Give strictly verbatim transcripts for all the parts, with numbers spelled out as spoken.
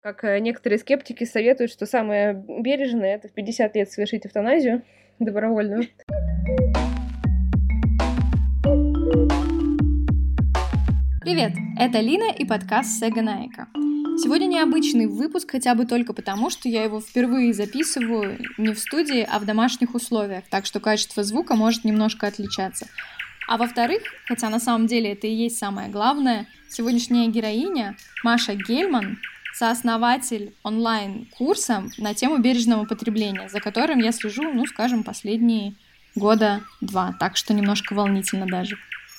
Как э, некоторые скептики советуют, что самое бережное — это в пятьдесят лет совершить эвтаназию добровольную. Привет, это Лина и подкаст Сега Наика. Сегодня необычный выпуск, хотя бы только потому, что я его впервые записываю не в студии, а в домашних условиях, так что качество звука может немножко отличаться. А во-вторых, хотя на самом деле это и есть самое главное, сегодняшняя героиня Маша Гельман — сооснователь онлайн-курса на тему бережного потребления, за которым я слежу, ну, скажем, последние года два, так что немножко волнительно даже.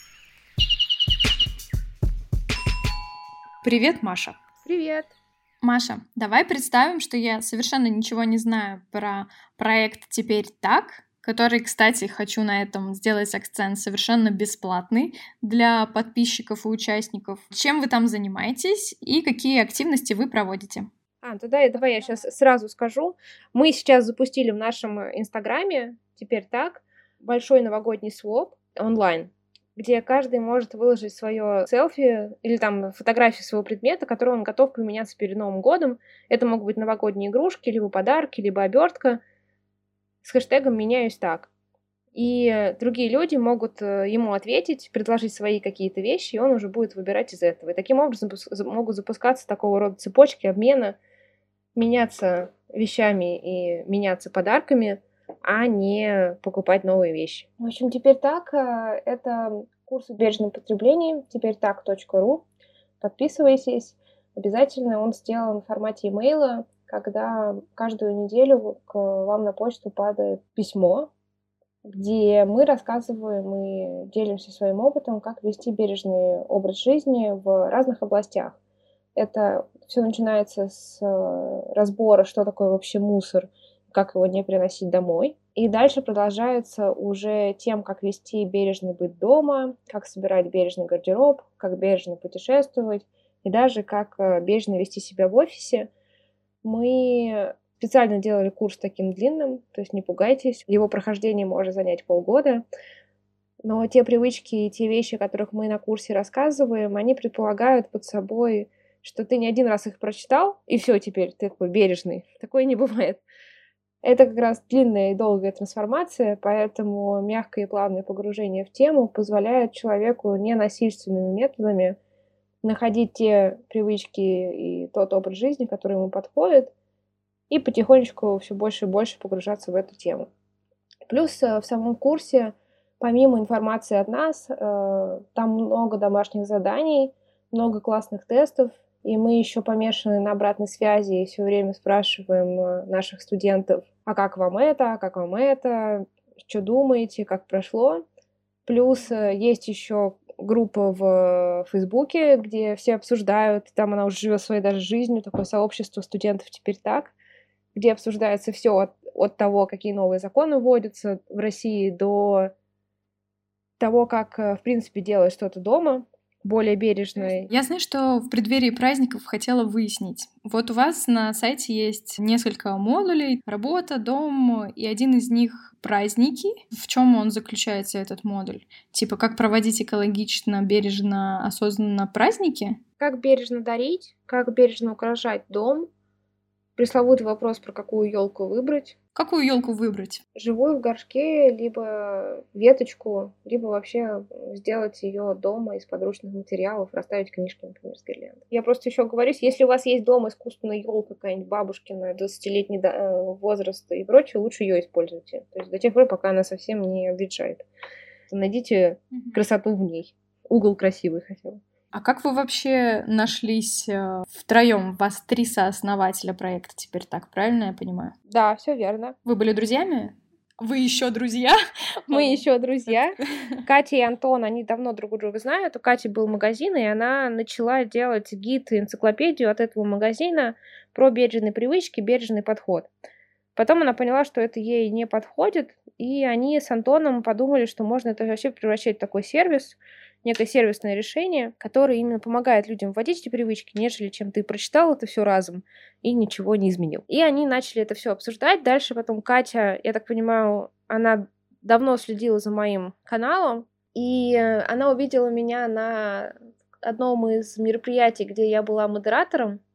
Привет, Маша. Привет. Маша, давай представим, что я совершенно ничего не знаю про проект «Теперь так», который, кстати, хочу на этом сделать акцент, совершенно бесплатный для подписчиков и участников. Чем вы там занимаетесь и какие активности вы проводите? А, тогда давай я сейчас сразу скажу. Мы сейчас запустили в нашем инстаграме «Теперь так» большой новогодний своп онлайн, где каждый может выложить свое селфи или там фотографию своего предмета, который он готов поменяться перед Новым годом. Это могут быть новогодние игрушки, либо подарки, либо обертка с хэштегом «Меняюсь так». И другие люди могут ему ответить, предложить свои какие-то вещи, и он уже будет выбирать из этого. И таким образом могут запускаться такого рода цепочки обмена, меняться вещами и меняться подарками, а не покупать новые вещи. В общем, теперь так, это курс о бережном потреблении, теперь так точка ру. Подписывайтесь. Обязательно он сделан в формате имейла, когда каждую неделю к вам на почту падает письмо, где мы рассказываем и делимся своим опытом, как вести бережный образ жизни в разных областях. Это все начинается с разбора, что такое вообще мусор, как его не приносить домой. И дальше продолжается уже тем, как вести бережный быт дома, как собирать бережный гардероб, как бережно путешествовать и даже как бережно вести себя в офисе. Мы специально делали курс таким длинным, то есть не пугайтесь. Его прохождение может занять полгода. Но те привычки и те вещи, о которых мы на курсе рассказываем, они предполагают под собой, что ты не один раз их прочитал, и все, теперь ты такой бережный. Такое не бывает. Это как раз длинная и долгая трансформация, поэтому мягкое и плавное погружение в тему позволяет человеку ненасильственными методами находить те привычки и тот образ жизни, который ему подходит, и потихонечку все больше и больше погружаться в эту тему. Плюс в самом курсе, помимо информации от нас, там много домашних заданий, много классных тестов, и мы еще помешаны на обратной связи и все время спрашиваем наших студентов, а как вам это, а как вам это, что думаете, как прошло. Плюс есть еще группа в Фейсбуке, где все обсуждают, там она уже живет своей даже жизнью, такое сообщество студентов «Теперь так», где обсуждается все от, от того, какие новые законы вводятся в России, до того, как, в принципе, делать что-то дома более бережное. Я знаю, что в преддверии праздников хотела выяснить. Вот у вас на сайте есть несколько модулей: работа, дом, и один из них — праздники. В чем он заключается, этот модуль? Типа, как проводить экологично, бережно, осознанно праздники? Как бережно дарить, как бережно украшать дом. Пресловутый вопрос, про какую елку выбрать. Какую елку выбрать? Живую в горшке, либо веточку, либо вообще сделать ее дома из подручных материалов, расставить книжки, например, с гирляндой. Я просто еще говорю, если у вас есть дома искусственная елка, какая-нибудь бабушкина, двадцатилетний возраст и прочее, лучше ее используйте. То есть до тех пор, пока она совсем не обветшает. Найдите mm-hmm. красоту в ней. Угол красивый хотя бы. А как вы вообще нашлись э, втроем? Вас три сооснователя проекта «Теперь так», правильно я понимаю? Да, все верно. Вы были друзьями? Вы еще друзья? Мы еще друзья. Катя и Антон, они давно друг друга знают. У Кати был магазин, и она начала делать гид и энциклопедию от этого магазина про бережные привычки, бережный подход. Потом она поняла, что это ей не подходит, и они с Антоном подумали, что можно это вообще превращать в такой сервис, некое сервисное решение, которое именно помогает людям вводить эти привычки, нежели чем ты прочитал это все разом и ничего не изменил. И они начали это все обсуждать. Дальше потом Катя, я так понимаю, она давно следила за моим каналом, и она увидела меня на одном из мероприятий, где я была модератором.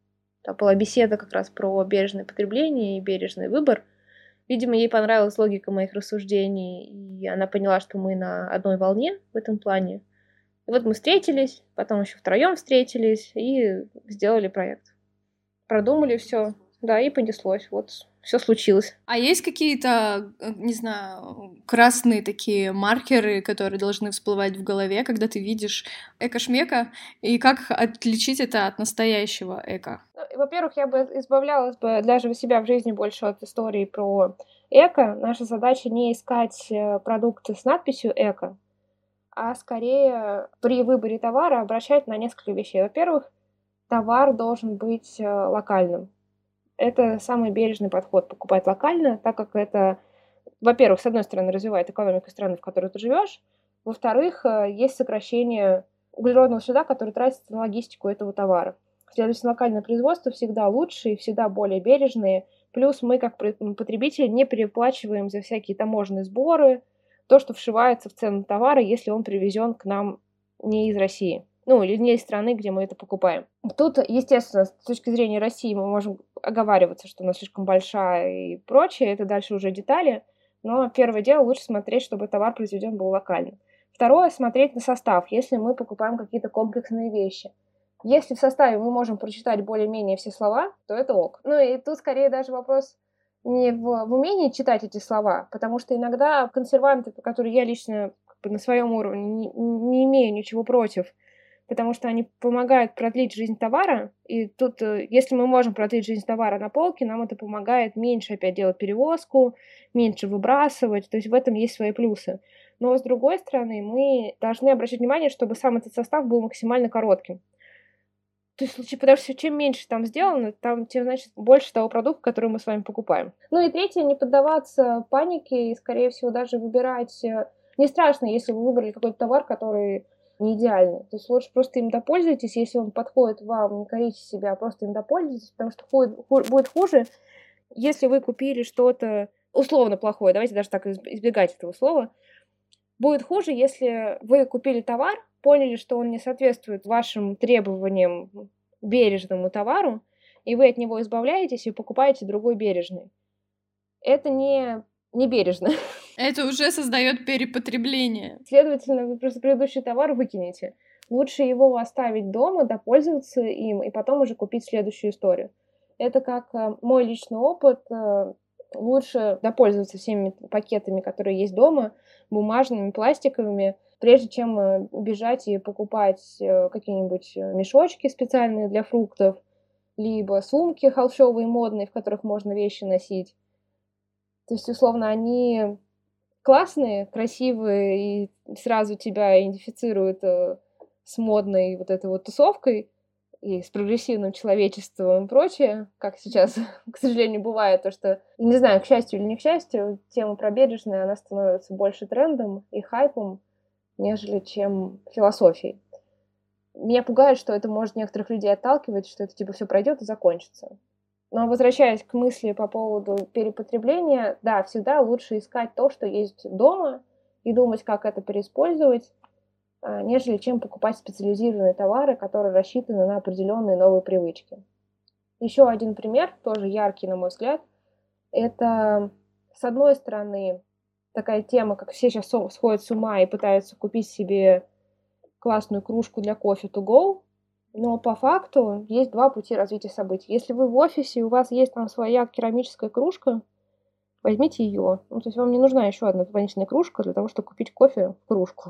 Там была беседа как раз про бережное потребление и бережный выбор. Видимо, ей понравилась логика моих рассуждений, и она поняла, что мы на одной волне в этом плане. И вот мы встретились, потом еще втроем встретились и сделали проект. Продумали все, да, и понеслось. Вот все случилось. А есть какие-то, не знаю, красные такие маркеры, которые должны всплывать в голове, когда ты видишь эко-шмека, и как отличить это от настоящего эко? Во-первых, я бы избавлялась бы даже себя в жизни больше от истории про эко. Наша задача не искать продукты с надписью «эко», а скорее при выборе товара обращать на несколько вещей. Во-первых, товар должен быть локальным. Это самый бережный подход — покупать локально, так как это, во-первых, с одной стороны, развивает экономику страны, в которой ты живешь, во-вторых, есть сокращение углеродного следа, который тратится на логистику этого товара. Следовательно, локальное производство всегда лучше и всегда более бережные. Плюс мы, как потребители, не переплачиваем за всякие таможенные сборы, то, что вшивается в цену товара, если он привезен к нам не из России. Ну, или не из страны, где мы это покупаем. Тут, естественно, с точки зрения России мы можем оговариваться, что она слишком большая и прочее. Это дальше уже детали. Но первое дело, лучше смотреть, чтобы товар произведен был локально. Второе, смотреть на состав, если мы покупаем какие-то комплексные вещи. Если в составе мы можем прочитать более-менее все слова, то это ок. Ну и тут скорее даже вопрос не в, в умении читать эти слова, потому что иногда консерванты, которые я лично как бы на своем уровне не, не имею ничего против, потому что они помогают продлить жизнь товара, и тут, если мы можем продлить жизнь товара на полке, нам это помогает меньше опять делать перевозку, меньше выбрасывать, то есть в этом есть свои плюсы. Но с другой стороны, мы должны обращать внимание, чтобы сам этот состав был максимально коротким. То есть, потому что чем меньше там сделано, там, тем, значит, больше того продукта, который мы с вами покупаем. Ну и третье, не поддаваться панике и, скорее всего, даже выбирать... Не страшно, если вы выбрали какой-то товар, который не идеальный. То есть лучше просто им допользуйтесь, если он подходит вам, не корите себя, просто им допользуйтесь, потому что будет хуже, если вы купили что-то условно плохое, давайте даже так избегать этого слова. Будет хуже, если вы купили товар, поняли, что он не соответствует вашим требованиям бережному товару, и вы от него избавляетесь и покупаете другой бережный. Это не, не бережно. Это уже создает перепотребление. Следовательно, вы просто предыдущий товар выкинете. Лучше его оставить дома, допользоваться им, и потом уже купить следующую историю. Это как мой личный опыт. Лучше допользоваться всеми пакетами, которые есть дома, бумажными, пластиковыми, прежде чем бежать и покупать какие-нибудь мешочки специальные для фруктов, либо сумки холщовые, модные, в которых можно вещи носить. То есть, условно, они классные, красивые, и сразу тебя идентифицируют с модной вот этой вот тусовкой, и с прогрессивным человечеством и прочее, как сейчас, к сожалению, бывает, то, что, не знаю, к счастью или не к счастью, тема про бережное, она становится больше трендом и хайпом, нежели чем философией. Меня пугает, что это может некоторых людей отталкивать, что это типа все пройдет и закончится. Но возвращаясь к мысли по поводу перепотребления, да, всегда лучше искать то, что есть дома, и думать, как это переиспользовать, нежели чем покупать специализированные товары, которые рассчитаны на определенные новые привычки. Еще один пример, тоже яркий, на мой взгляд, это, с одной стороны, такая тема, как все сейчас сходят с ума и пытаются купить себе классную кружку для кофе to go, но по факту есть два пути развития событий. Если вы в офисе, и у вас есть там своя керамическая кружка, возьмите ее. Ну, то есть вам не нужна еще одна дополнительная кружка для того, чтобы купить кофе в кружку.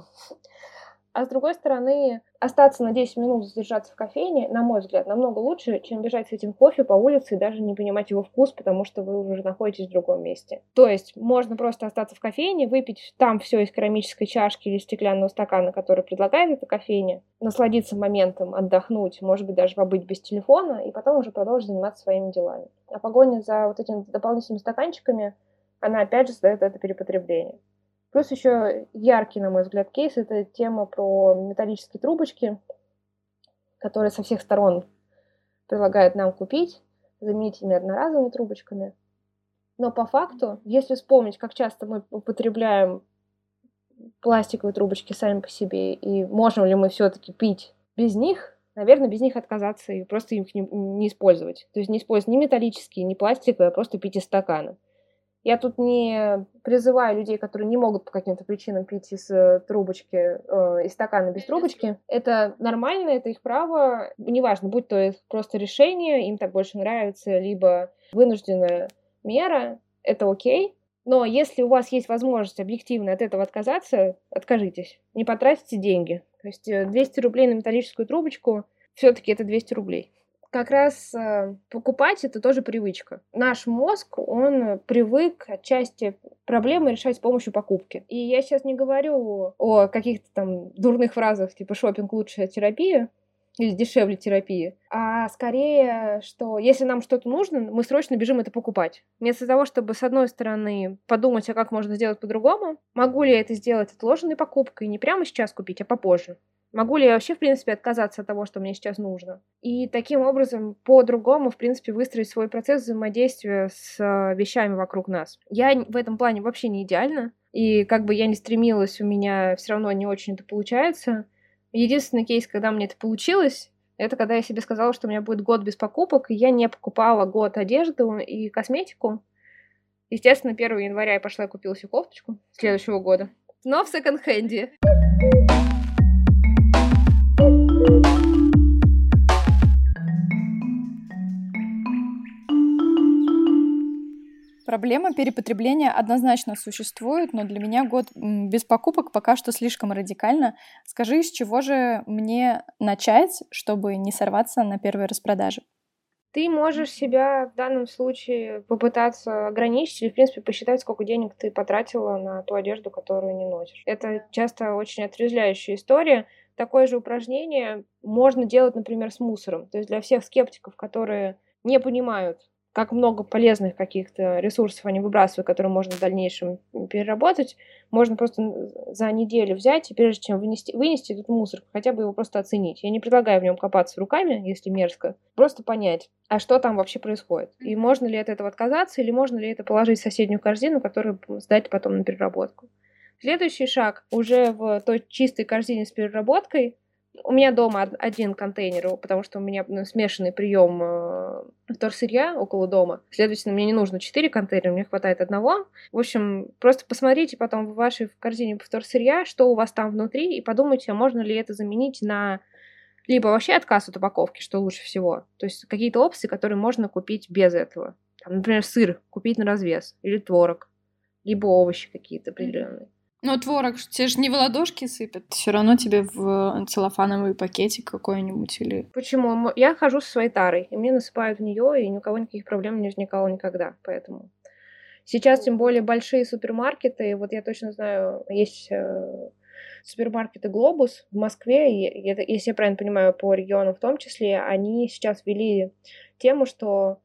А с другой стороны, остаться на десять минут задержаться в кофейне, на мой взгляд, намного лучше, чем бежать с этим кофе по улице и даже не понимать его вкус, потому что вы уже находитесь в другом месте. То есть можно просто остаться в кофейне, выпить там все из керамической чашки или стеклянного стакана, который предлагает эта кофейня, насладиться моментом, отдохнуть, может быть, даже побыть без телефона, и потом уже продолжить заниматься своими делами. А погоня за вот этими дополнительными стаканчиками, она опять же создает это перепотребление. Плюс еще яркий, на мой взгляд, кейс — это тема про металлические трубочки, которые со всех сторон предлагают нам купить, заменить ими одноразовыми трубочками. Но по факту, если вспомнить, как часто мы употребляем пластиковые трубочки сами по себе, и можем ли мы все-таки пить без них, наверное, без них отказаться и просто их не, не использовать. То есть не использовать ни металлические, ни пластиковые, а просто пить из стакана. Я тут не призываю людей, которые не могут по каким-то причинам пить из э, трубочки, э, из стакана без трубочки. Это нормально, это их право. Неважно, будь то их просто решение, им так больше нравится, либо вынужденная мера, это окей. Но если у вас есть возможность объективно от этого отказаться, откажитесь. Не потратите деньги. То есть двести рублей на металлическую трубочку, все-таки это двести рублей. Как раз э, покупать это тоже привычка. Наш мозг, он привык отчасти проблемы решать с помощью покупки. И я сейчас не говорю о каких-то там дурных фразах, типа «шопинг лучшая терапия» или «дешевле терапии», а скорее, что если нам что-то нужно, мы срочно бежим это покупать. Вместо того, чтобы, с одной стороны, подумать, а как можно сделать по-другому, могу ли я это сделать отложенной покупкой, не прямо сейчас купить, а попозже. Могу ли я вообще, в принципе, отказаться от того, что мне сейчас нужно? И таким образом по-другому, в принципе, выстроить свой процесс взаимодействия с вещами вокруг нас. Я в этом плане вообще не идеальна. И как бы я ни стремилась, у меня все равно не очень это получается. Единственный кейс, когда мне это получилось, это когда я себе сказала, что у меня будет год без покупок, и я не покупала год одежду и косметику. Естественно, первого января я пошла и купила себе кофточку следующего года. Но в секонд-хенде. Проблема перепотребления однозначно существует, но для меня год без покупок пока что слишком радикально. Скажи, с чего же мне начать, чтобы не сорваться на первой распродаже? Ты можешь себя в данном случае попытаться ограничить или, в принципе, посчитать, сколько денег ты потратила на ту одежду, которую не носишь. Это часто очень отрезвляющая история. Такое же упражнение можно делать, например, с мусором. То есть для всех скептиков, которые не понимают, как много полезных каких-то ресурсов они выбрасывают, которые можно в дальнейшем переработать, можно просто за неделю взять и прежде чем вынести, вынести этот мусор, хотя бы его просто оценить. Я не предлагаю в нем копаться руками, если мерзко, просто понять, а что там вообще происходит. И можно ли от этого отказаться, или можно ли это положить в соседнюю корзину, которую сдать потом на переработку. Следующий шаг уже в той чистой корзине с переработкой. У меня дома один контейнер, потому что у меня смешанный прием вторсырья около дома. Следовательно, мне не нужно четыре контейнера, мне хватает одного. В общем, просто посмотрите потом в вашей корзине вторсырья, что у вас там внутри, и подумайте, а можно ли это заменить на либо вообще отказ от упаковки, что лучше всего. То есть какие-то опции, которые можно купить без этого. Там, например, сыр купить на развес, или творог, либо овощи какие-то определенные. Но творог, тебе же не в ладошки сыпят, все равно тебе в целлофановый пакетик какой-нибудь или... Почему? Я хожу со своей тарой, и мне насыпают в нее, и ни у кого никаких проблем не возникало никогда, поэтому... Сейчас, тем более, большие супермаркеты, вот я точно знаю, есть э, супермаркеты «Глобус» в Москве, и это, если я правильно понимаю, по регионам в том числе, они сейчас ввели тему, что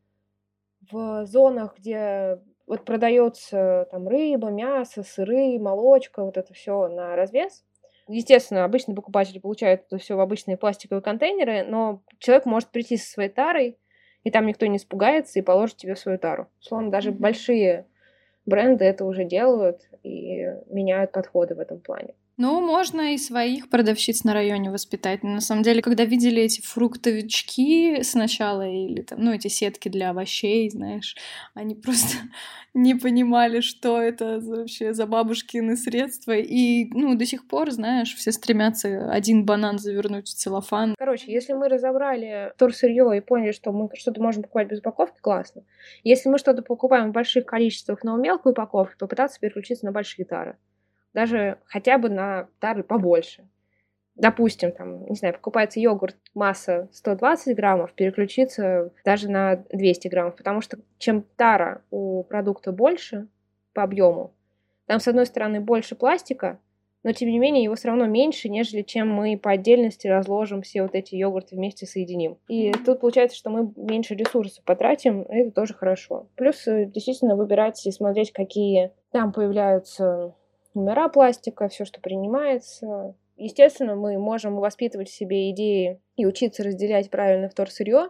в зонах, где... Вот продается там рыба, мясо, сыры, молочко, вот это все на развес. Естественно, обычные покупатели получают это все в обычные пластиковые контейнеры, но человек может прийти со своей тарой, и там никто не испугается и положит тебе в свою тару. Словно даже mm-hmm. большие бренды это уже делают и меняют подходы в этом плане. Ну, можно и своих продавщиц на районе воспитать. Но на самом деле, когда видели эти фруктовички сначала, или там, ну, эти сетки для овощей, знаешь, они просто не понимали, что это вообще за бабушкины средства. И, ну, до сих пор, знаешь, все стремятся один банан завернуть в целлофан. Короче, если мы разобрали вторсырье и поняли, что мы что-то можем покупать без упаковки, классно. Если мы что-то покупаем в больших количествах, но в мелкую упаковку, попытаться переключиться на большие тары. Даже хотя бы на тары побольше. Допустим, там, не знаю, покупается йогурт, масса сто двадцать граммов, переключиться даже на двести граммов, потому что чем тара у продукта больше по объему, там, с одной стороны, больше пластика, но, тем не менее, его все равно меньше, нежели чем мы по отдельности разложим все вот эти йогурты вместе соединим. И тут получается, что мы меньше ресурсов потратим, это тоже хорошо. Плюс, действительно, выбирать и смотреть, какие там появляются номера пластика, все, что принимается. Естественно, мы можем воспитывать в себе идеи и учиться разделять правильно вторсырье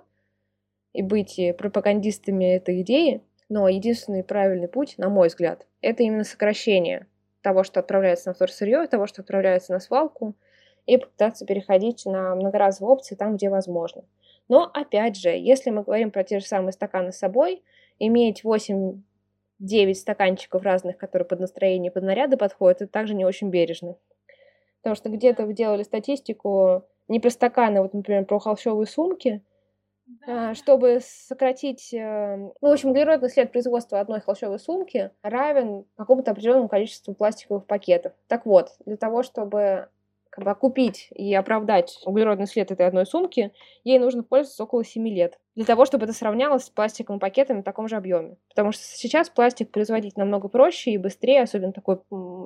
и быть пропагандистами этой идеи, но единственный правильный путь, на мой взгляд, это именно сокращение того, что отправляется на вторсырье, того, что отправляется на свалку, и попытаться переходить на многоразовые опции там, где возможно. Но, опять же, если мы говорим про те же самые стаканы с собой, иметь восемь-девять стаканчиков разных, которые под настроение и под наряды подходят, это также не очень бережно. Потому что где-то вы делали статистику не про стаканы, вот, например, про холщовые сумки, да. Чтобы сократить... Ну, в общем, углеродный след производства одной холщовой сумки равен какому-то определенному количеству пластиковых пакетов. Так вот, для того, чтобы как бы окупить и оправдать углеродный след этой одной сумки, ей нужно пользоваться около семи лет. Для того, чтобы это сравнялось с пластиковыми пакетами в таком же объеме. Потому что сейчас пластик производить намного проще и быстрее, особенно такой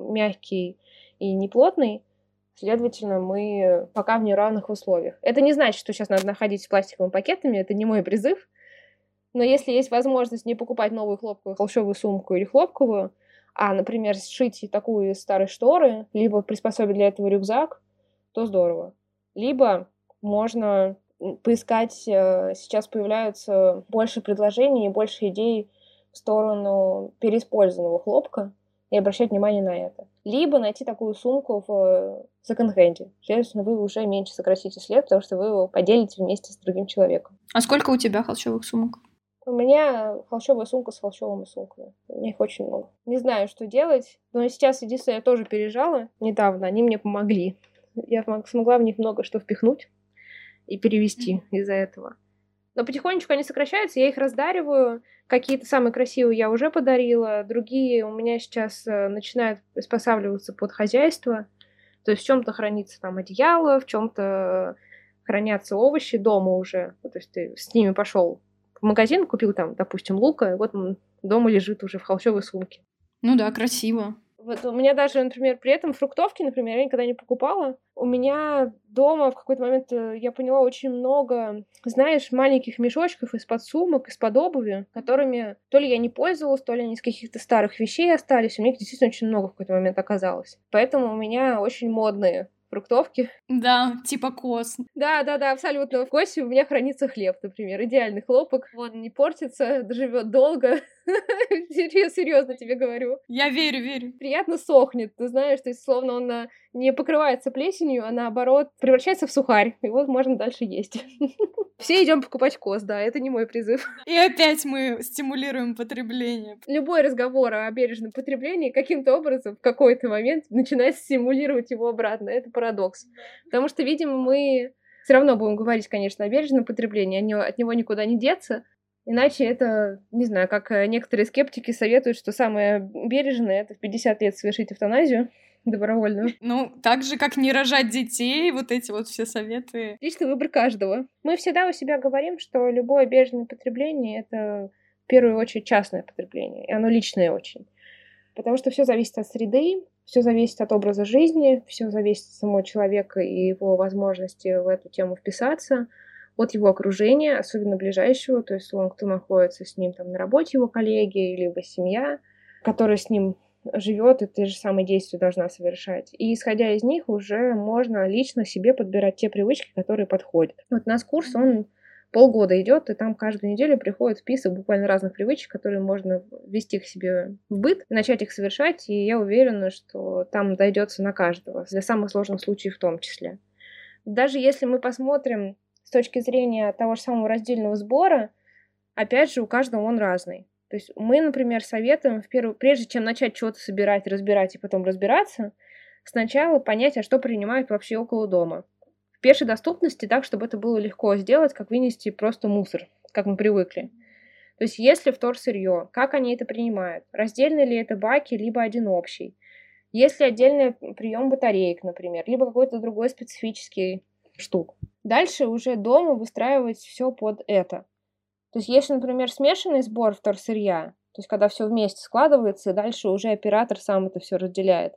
мягкий и неплотный. Следовательно, мы пока в неравных условиях. Это не значит, что сейчас надо находить с пластиковыми пакетами, это не мой призыв. Но если есть возможность не покупать новую хлопковую холщовую сумку или хлопковую, а, например, сшить такую из старой шторы, либо приспособить для этого рюкзак, то здорово. Либо можно поискать, сейчас появляются больше предложений и больше идей в сторону переиспользованного хлопка, и обращать внимание на это. Либо найти такую сумку в секонд-хенде. Следовательно, вы уже меньше сократите след, потому что вы его поделите вместе с другим человеком. А сколько у тебя холщовых сумок? У меня холщовая сумка с холщовыми сумками. У меня их очень много. Не знаю, что делать, но сейчас, единственное, я тоже переезжала недавно, они мне помогли. Я смогла в них много что впихнуть и перевести mm-hmm. из-за этого. Но потихонечку они сокращаются, я их раздариваю. Какие-то самые красивые я уже подарила, другие у меня сейчас начинают приспосабливаться под хозяйство. То есть в чем-то хранится там одеяло, в чем-то хранятся овощи дома уже. То есть ты с ними пошел в магазин, купил там, допустим, лука, и вот он дома лежит уже в холщовой сумке. Ну да, красиво. Вот у меня даже, например, при этом фруктовки, например, я никогда не покупала. У меня дома в какой-то момент, я поняла, очень много, знаешь, маленьких мешочков из-под сумок, из-под обуви, которыми то ли я не пользовалась, то ли они из каких-то старых вещей остались. У меня их действительно очень много в какой-то момент оказалось. Поэтому у меня очень модные фруктовки. Да, типа кос. Да, да, да, абсолютно. В косе у меня хранится хлеб, например. Идеальный хлопок. Он не портится, живет долго. Серьезно тебе говорю. Я верю, верю. Приятно сохнет, ты знаешь, то есть словно он не покрывается плесенью, а наоборот превращается в сухарь. И вот можно дальше есть. Все идем покупать кос, да, это не мой призыв. И опять мы стимулируем потребление. Любой разговор о бережном потреблении каким-то образом в какой-то момент начинает стимулировать его обратно. Это парадокс. Потому что, видимо, мы все равно будем говорить, конечно, о бережном потреблении, от него никуда не деться. Иначе это, не знаю, как некоторые скептики советуют, что самое бережное — это в пятьдесят лет совершить эвтаназию добровольную. Ну, так же, как не рожать детей, вот эти вот все советы. Личный выбор каждого. Мы всегда у себя говорим, что любое бережное потребление — это в первую очередь частное потребление, и оно личное очень. Потому что все зависит от среды, все зависит от образа жизни, все зависит от самого человека и его возможности в эту тему вписаться, от его окружения, особенно ближайшего, то есть он, кто находится с ним там на работе, его коллеги, либо семья, которая с ним живет и те же самые действия должна совершать. И исходя из них уже можно лично себе подбирать те привычки, которые подходят. Вот у нас курс, он полгода идет, и там каждую неделю приходит список буквально разных привычек, которые можно ввести к себе в быт, начать их совершать, и я уверена, что там дойдется на каждого, для самых сложных случаев в том числе. Даже если мы посмотрим с точки зрения того же самого раздельного сбора, опять же, у каждого он разный. То есть мы, например, советуем, в первую, прежде чем начать что-то собирать, разбирать и потом разбираться, сначала понять, а что принимают вообще около дома. В пешей доступности, так, чтобы это было легко сделать, как вынести просто мусор, как мы привыкли. То есть если вторсырье, как они это принимают? Раздельные ли это баки, либо один общий? Есть ли отдельный прием батареек, например, либо какой-то другой специфический штук. Дальше уже дома выстраивать все под это. То есть если, например, смешанный сбор вторсырья, то есть когда все вместе складывается, и дальше уже оператор сам это все разделяет,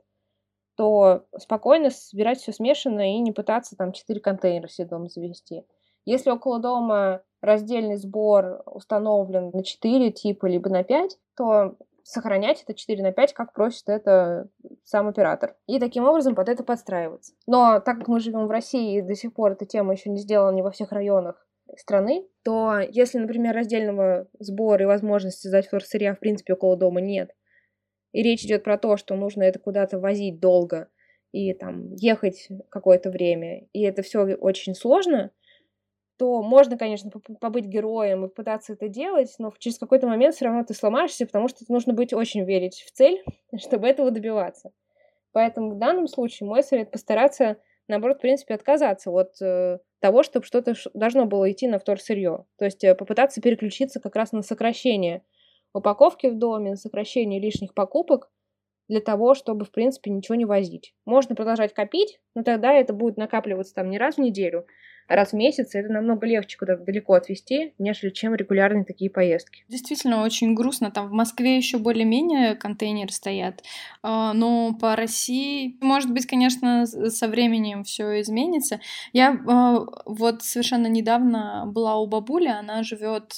то спокойно собирать все смешанно и не пытаться там четыре контейнера себе дома завести. Если около дома раздельный сбор установлен на четыре типа, либо на пять, то сохранять это четыре на пять, как просит это сам оператор. И таким образом под это подстраиваться. Но так как мы живем в России, и до сих пор эта тема еще не сделана не во всех районах страны, то если, например, раздельного сбора и возможности сдать вторсырья в принципе около дома нет, и речь идет про то, что нужно это куда-то возить долго, и там ехать какое-то время, и это все очень сложно, то можно, конечно, побыть героем и пытаться это делать, но через какой-то момент все равно ты сломаешься, потому что нужно быть очень верить в цель, чтобы этого добиваться. Поэтому в данном случае мой совет — постараться, наоборот, в принципе, отказаться от э, того, чтобы что-то должно было идти на вторсырье. То есть э, попытаться переключиться как раз на сокращение упаковки в доме, на сокращение лишних покупок, для того, чтобы, в принципе, ничего не возить. Можно продолжать копить, но тогда это будет накапливаться там не раз в неделю, а раз в месяц. И это намного легче куда-то далеко отвезти, нежели чем регулярные такие поездки. Действительно, очень грустно. Там в Москве еще более-менее контейнеры стоят, но по России, может быть, конечно, со временем все изменится. Я вот совершенно недавно была у бабули, она живет,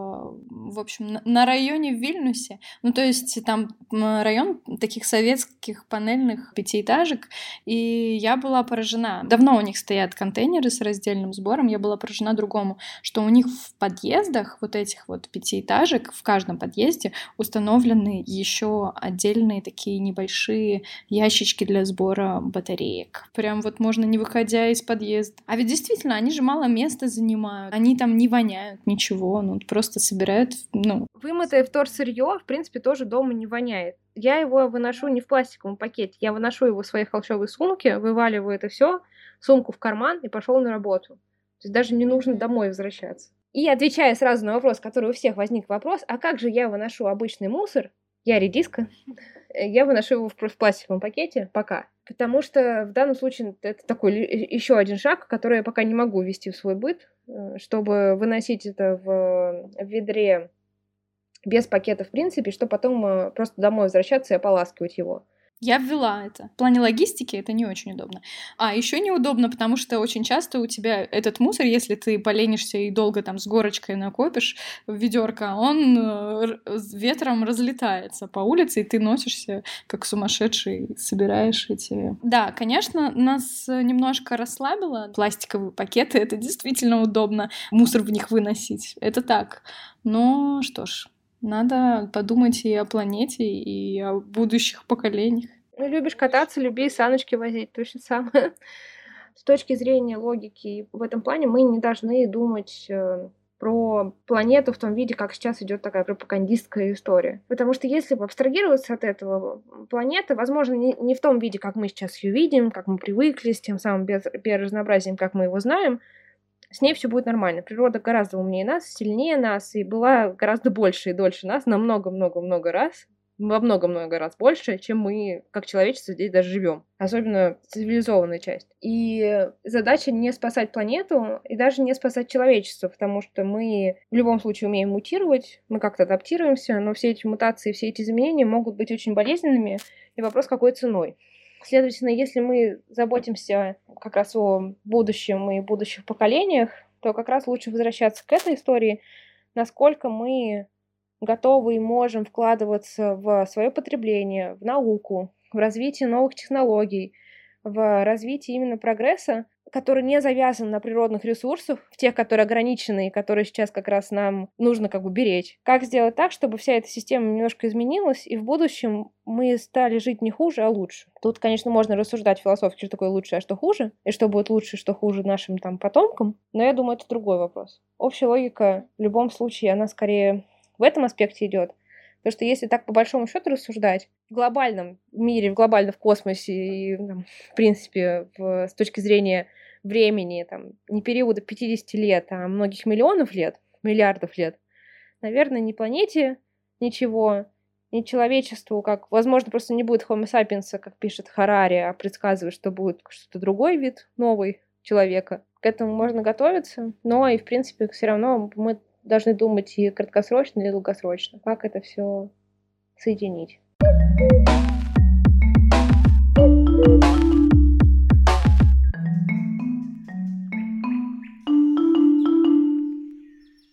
в общем, на районе в Вильнюсе. Ну, то есть там район таких советских панельных пятиэтажек, и я была поражена. Давно у них стоят контейнеры с раздельным сбором, я была поражена другому, что у них в подъездах вот этих вот пятиэтажек, в каждом подъезде установлены еще отдельные такие небольшие ящички для сбора батареек. Прям вот можно, не выходя из подъезда. А ведь действительно, они же мало места занимают, они там не воняют, ничего, ну просто собирают, ну... Вымытое вторсырье, в принципе, тоже дома не воняет. Я его выношу не в пластиковом пакете, я выношу его в своей холщовой сумке, вываливаю это все, сумку в карман и пошел на работу. То есть даже не нужно домой возвращаться. И отвечая сразу на вопрос, который у всех возник вопрос, а как же я выношу обычный мусор, я редиска, я выношу его в пластиковом пакете пока. Потому что в данном случае это такой еще один шаг, который я пока не могу ввести в свой быт, чтобы выносить это в ведре без пакета в принципе, чтобы потом просто домой возвращаться и ополаскивать его. Я ввела это. В плане логистики это не очень удобно. А еще неудобно, потому что очень часто у тебя этот мусор, если ты поленишься и долго там с горочкой накопишь в ведерко, он ветром разлетается по улице, и ты носишься как сумасшедший, собираешь эти... Да, конечно, нас немножко расслабило. Пластиковые пакеты, это действительно удобно. Мусор в них выносить. Это так. Но что ж... Надо подумать и о планете, и о будущих поколениях. Ну, любишь кататься, люби саночки возить, то же самое. С точки зрения логики в этом плане мы не должны думать э, про планету в том виде, как сейчас идет такая пропагандистская история. Потому что если бы абстрагироваться от этого, планета, возможно, не, не в том виде, как мы сейчас ее видим, как мы привыкли, с тем самым биоразнообразием, как мы его знаем, с ней все будет нормально. Природа гораздо умнее нас, сильнее нас, и была гораздо больше и дольше нас, на много-много-много раз, во много-много раз больше, чем мы, как человечество, здесь даже живем. Особенно цивилизованная часть. И задача не спасать планету и даже не спасать человечество, потому что мы в любом случае умеем мутировать, мы как-то адаптируемся, но все эти мутации, все эти изменения могут быть очень болезненными, и вопрос, какой ценой. Следовательно, если мы заботимся как раз о будущем и будущих поколениях, то как раз лучше возвращаться к этой истории, насколько мы готовы и можем вкладываться в свое потребление, в науку, в развитие новых технологий, в развитие именно прогресса, который не завязан на природных ресурсах, тех, которые ограничены и которые сейчас как раз нам нужно как бы беречь. Как сделать так, чтобы вся эта система немножко изменилась, и в будущем мы стали жить не хуже, а лучше. Тут, конечно, можно рассуждать философски, что такое лучше, а что хуже, и что будет лучше, что хуже нашим там потомкам, но я думаю, это другой вопрос. Общая логика в любом случае, она скорее в этом аспекте идет. Потому что если так по большому счету рассуждать, в глобальном мире, в глобальном в космосе и, там, в принципе, в, с точки зрения времени, там, не периода пятидесяти лет, а многих миллионов лет, миллиардов лет, наверное, ни планете ничего, ни человечеству, как, возможно, просто не будет Homo sapiens, как пишет Харари, а предсказывает, что будет что-то другой вид, новый человека. К этому можно готовиться, но и, в принципе, все равно мы должны думать и краткосрочно, и долгосрочно, как это все соединить. Я,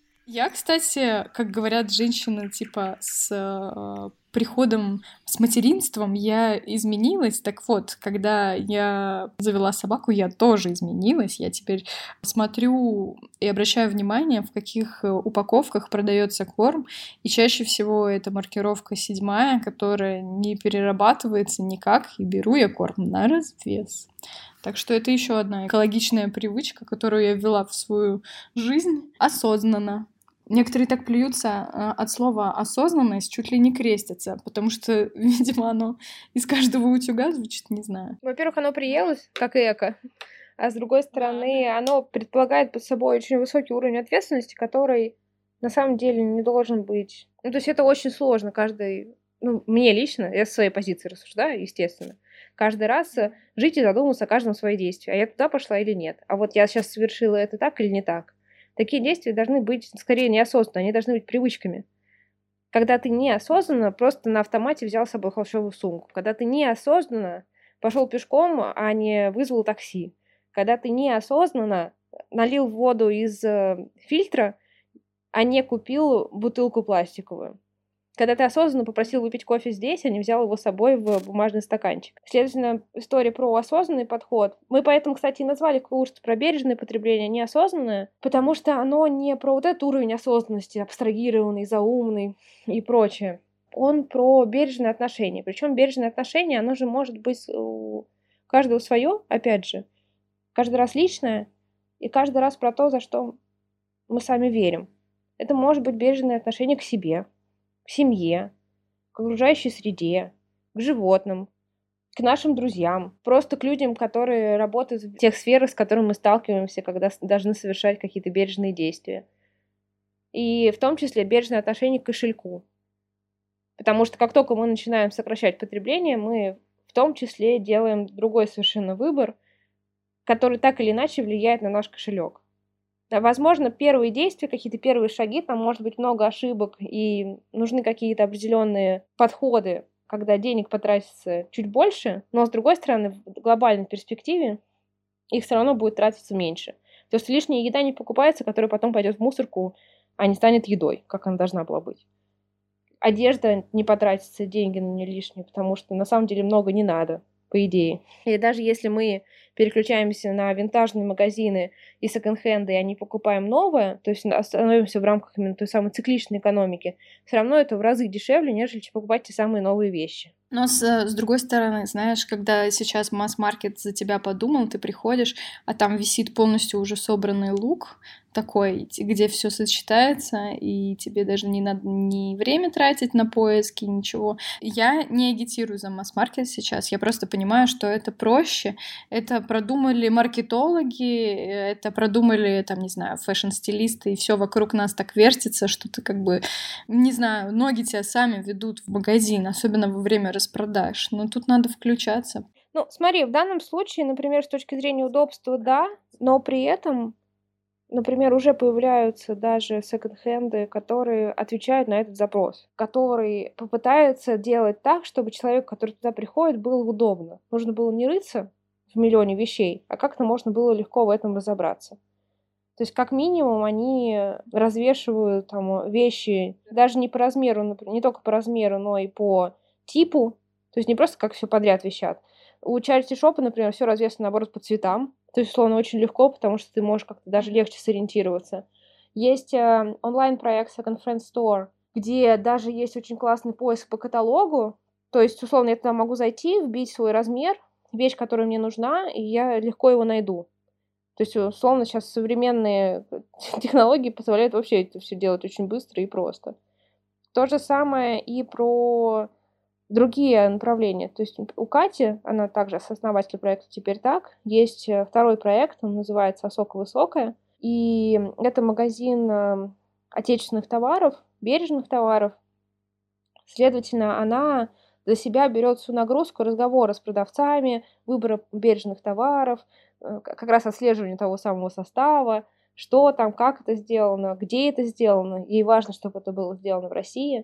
кстати, как говорят женщины, типа, с э, приходом, с материнством я изменилась. Так вот, когда я завела собаку, я тоже изменилась. Я теперь смотрю и обращаю внимание, в каких упаковках продается корм. И чаще всего это маркировка седьмая, которая не перерабатывается никак. И беру я корм на развес. Так что это еще одна экологичная привычка, которую я ввела в свою жизнь осознанно. Некоторые так плюются от слова «осознанность», чуть ли не крестятся, потому что, видимо, оно из каждого утюга звучит, не знаю. Во-первых, оно приелось, как эко, а с другой стороны, оно предполагает под собой очень высокий уровень ответственности, который на самом деле не должен быть. Ну, то есть это очень сложно каждый, ну, мне лично, я со своей позиции рассуждаю, естественно, каждый раз жить и задумываться о каждом своей действии, а я туда пошла или нет, а вот я сейчас совершила это так или не так. Такие действия должны быть скорее неосознанно, они должны быть привычками. Когда ты неосознанно просто на автомате взял с собой холщовую сумку, когда ты неосознанно пошел пешком, а не вызвал такси, когда ты неосознанно налил воду из э, фильтра, а не купил бутылку пластиковую. Когда ты осознанно попросил выпить кофе здесь, а не взял его с собой в бумажный стаканчик. Следовательно, история про осознанный подход. Мы поэтому, кстати, и назвали курс про бережное потребление неосознанное, потому что оно не про вот этот уровень осознанности, абстрагированный, заумный и прочее. Он про бережное отношение. Причем бережное отношение, оно же может быть у каждого свое, опять же, каждый раз личное, и каждый раз про то, за что мы сами верим. Это может быть бережное отношение к себе, к семье, к окружающей среде, к животным, к нашим друзьям, просто к людям, которые работают в тех сферах, с которыми мы сталкиваемся, когда должны совершать какие-то бережные действия. И в том числе бережное отношение к кошельку. Потому что как только мы начинаем сокращать потребление, мы в том числе делаем другой совершенно выбор, который так или иначе влияет на наш кошелек. Возможно, первые действия, какие-то первые шаги, там может быть много ошибок и нужны какие-то определенные подходы, когда денег потратится чуть больше, но, с другой стороны, в глобальной перспективе их все равно будет тратиться меньше. То есть лишняя еда не покупается, которая потом пойдет в мусорку, а не станет едой, как она должна была быть. Одежда не потратится, деньги на нее лишние, потому что на самом деле много не надо, по идее. И даже если мы переключаемся на винтажные магазины и секонд-хенды, и они покупаем новое, то есть остановимся в рамках именно той самой цикличной экономики, все равно это в разы дешевле, нежели покупать те самые новые вещи. Но с, с другой стороны, знаешь, когда сейчас масс-маркет за тебя подумал, ты приходишь, а там висит полностью уже собранный лук такой, где все сочетается, и тебе даже не надо ни время тратить на поиски, ничего. Я не агитирую за масс-маркет сейчас, я просто понимаю, что это проще. Это продумали маркетологи, это продумали, там, не знаю, фэшн-стилисты, и все вокруг нас так вертится, что ты как бы, не знаю, ноги тебя сами ведут в магазин, особенно во время распродаж. Но тут надо включаться. Ну, смотри, в данном случае, например, с точки зрения удобства, да, но при этом, например, уже появляются даже секонд-хенды, которые отвечают на этот запрос, которые попытаются делать так, чтобы человеку, который туда приходит, было удобно. Нужно было не рыться в миллионе вещей, а как-то можно было легко в этом разобраться. То есть, как минимум, они развешивают там вещи даже не по размеру, например, не только по размеру, но и по типу. То есть не просто как все подряд висят. У Charity Shop, например, все развешено, наоборот, по цветам. То есть, условно, очень легко, потому что ты можешь как-то даже легче сориентироваться. Есть э, онлайн-проект Second Friend Store, где даже есть очень классный поиск по каталогу. То есть, условно, я туда могу зайти, вбить свой размер, вещь, которая мне нужна, и я легко его найду. То есть, условно, сейчас современные технологии позволяют вообще это все делать очень быстро и просто. То же самое и про другие направления. То есть у Кати, она также сооснователь проекта «Теперь так», есть второй проект, он называется «Осоко-высокое», и это магазин отечественных товаров, бережных товаров. Следовательно, она за себя берет всю нагрузку разговора с продавцами, выбора бережных товаров, как раз отслеживания того самого состава, что там, как это сделано, где это сделано. Ей важно, чтобы это было сделано в России.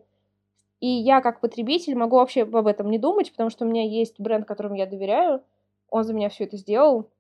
И я, как потребитель, могу вообще об этом не думать, потому что у меня есть бренд, которому я доверяю. Он за меня все это сделал.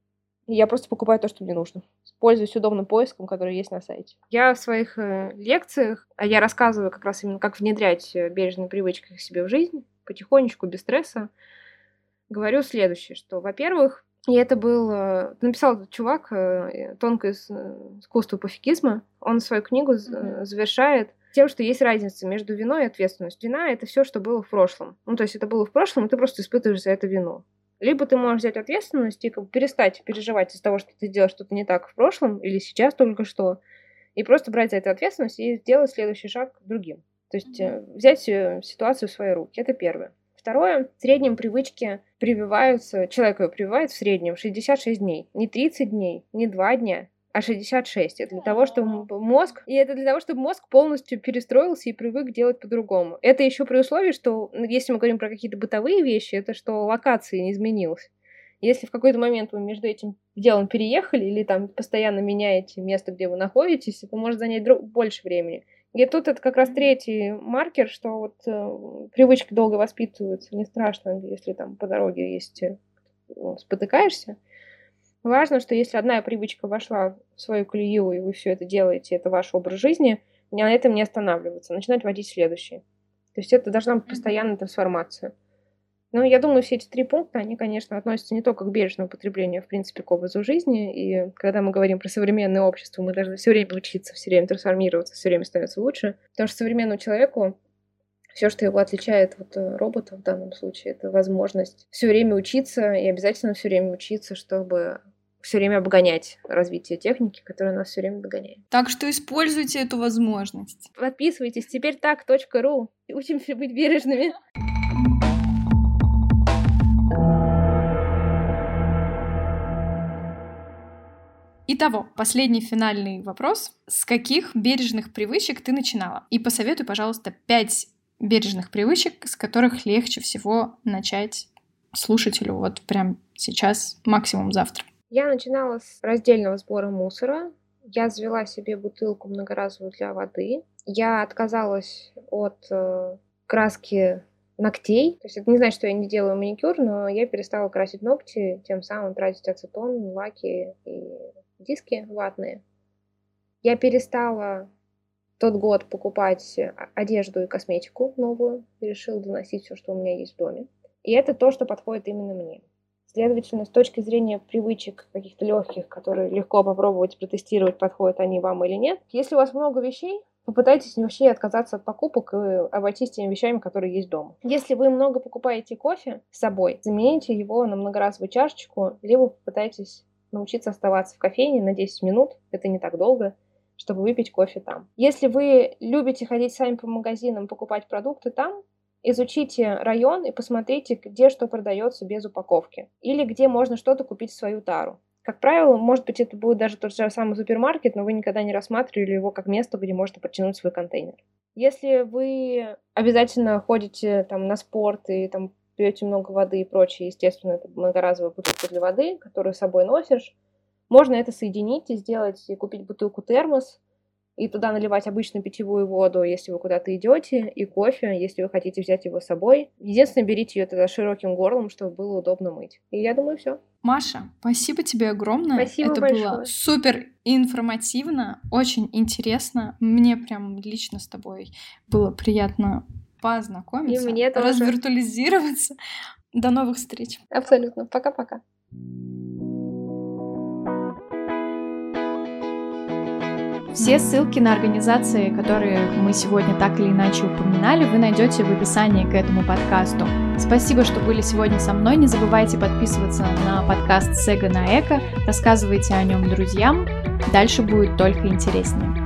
и я просто покупаю то, что мне нужно. Пользуюсь удобным поиском, который есть на сайте. Я в своих э, лекциях, а я рассказываю как раз именно, как внедрять бережные привычки к себе в жизнь, потихонечку, без стресса, говорю следующее, что, во-первых, и это был... э, написал этот чувак э, «Тонкое искусство пофигизма». Он свою книгу mm-hmm. завершает тем, что есть разница между виной и ответственностью. Вина — это все, что было в прошлом. Ну, то есть это было в прошлом, и ты просто испытываешь за это вину. Либо ты можешь взять ответственность и как бы перестать переживать из-за того, что ты сделал что-то не так в прошлом или сейчас только что, и просто брать за это ответственность и сделать следующий шаг другим. То есть mm-hmm. взять ситуацию в свои руки. Это первое. Второе. В среднем привычки прививаются, человеку прививают в среднем шестьдесят шесть дней. Не тридцать дней, не два дня, а шестьдесят шесть. Это для того, чтобы мозг, и это для того, чтобы мозг полностью перестроился и привык делать по-другому. Это еще при условии, что, если мы говорим про какие-то бытовые вещи, это что локация не изменилась. Если в какой-то момент вы между этим делом переехали или там постоянно меняете место, где вы находитесь, это может занять друг... больше времени. И тут это как раз третий маркер, что вот э, привычки долго воспитываются, не страшно, если там по дороге есть, э, спотыкаешься. Важно, что если одна привычка вошла в свою колею, и вы все это делаете, это ваш образ жизни, на этом не останавливаться, начинать вводить следующие. То есть это должна быть постоянная трансформация. Ну, я думаю, все эти три пункта, они, конечно, относятся не только к бережному потреблению, а, в принципе, к образу жизни. И когда мы говорим про современное общество, мы должны все время учиться, все время трансформироваться, все время становиться лучше. Потому что современному человеку все, что его отличает от робота в данном случае, это возможность все время учиться и обязательно все время учиться, чтобы все время обгонять развитие техники, которая нас все время догоняет. Так что используйте эту возможность. Подписывайтесь теперь так точка ру. Учимся быть бережными. Итого, последний финальный вопрос. С каких бережных привычек ты начинала? И посоветуй, пожалуйста, пять бережных привычек, с которых легче всего начать слушателю вот прямо сейчас, максимум завтра. Я начинала с раздельного сбора мусора. Я завела себе бутылку многоразовую для воды. Я отказалась от э, краски ногтей. То есть это не значит, что я не делаю маникюр, но я перестала красить ногти, тем самым тратить ацетон, лаки и диски ватные. Я перестала тот год покупать одежду и косметику новую. Решила доносить все, что у меня есть в доме. И это то, что подходит именно мне. Следовательно, с точки зрения привычек каких-то легких, которые легко попробовать, протестировать, подходят они вам или нет. Если у вас много вещей, попытайтесь вообще отказаться от покупок и обойтись теми вещами, которые есть дома. Если вы много покупаете кофе с собой, замените его на многоразовую чашечку, либо попытайтесь научиться оставаться в кофейне на десять минут, это не так долго, чтобы выпить кофе там. Если вы любите ходить сами по магазинам, покупать продукты там, изучите район и посмотрите, где что продается без упаковки. Или где можно что-то купить в свою тару. Как правило, может быть, это будет даже тот же самый супермаркет, но вы никогда не рассматривали его как место, где можно подтянуть свой контейнер. Если вы обязательно ходите там, на спорт и там, пьете много воды и прочее, естественно, это многоразовая бутылка для воды, которую с собой носишь, можно это соединить и сделать, и купить бутылку термос, и туда наливать обычную питьевую воду, если вы куда-то идете, и кофе, если вы хотите взять его с собой. Единственное, берите ее тогда широким горлом, чтобы было удобно мыть. И я думаю, все. Маша, спасибо тебе огромное. Спасибо Это большое. было супер информативно, очень интересно. Мне прям лично с тобой было приятно познакомиться, и мне тоже. Развиртуализироваться. До новых встреч. Абсолютно. Пока-пока. Все ссылки на организации, которые мы сегодня так или иначе упоминали, вы найдете в описании к этому подкасту. Спасибо, что были сегодня со мной. Не забывайте подписываться на подкаст Сега на Эко, рассказывайте о нем друзьям. Дальше будет только интереснее.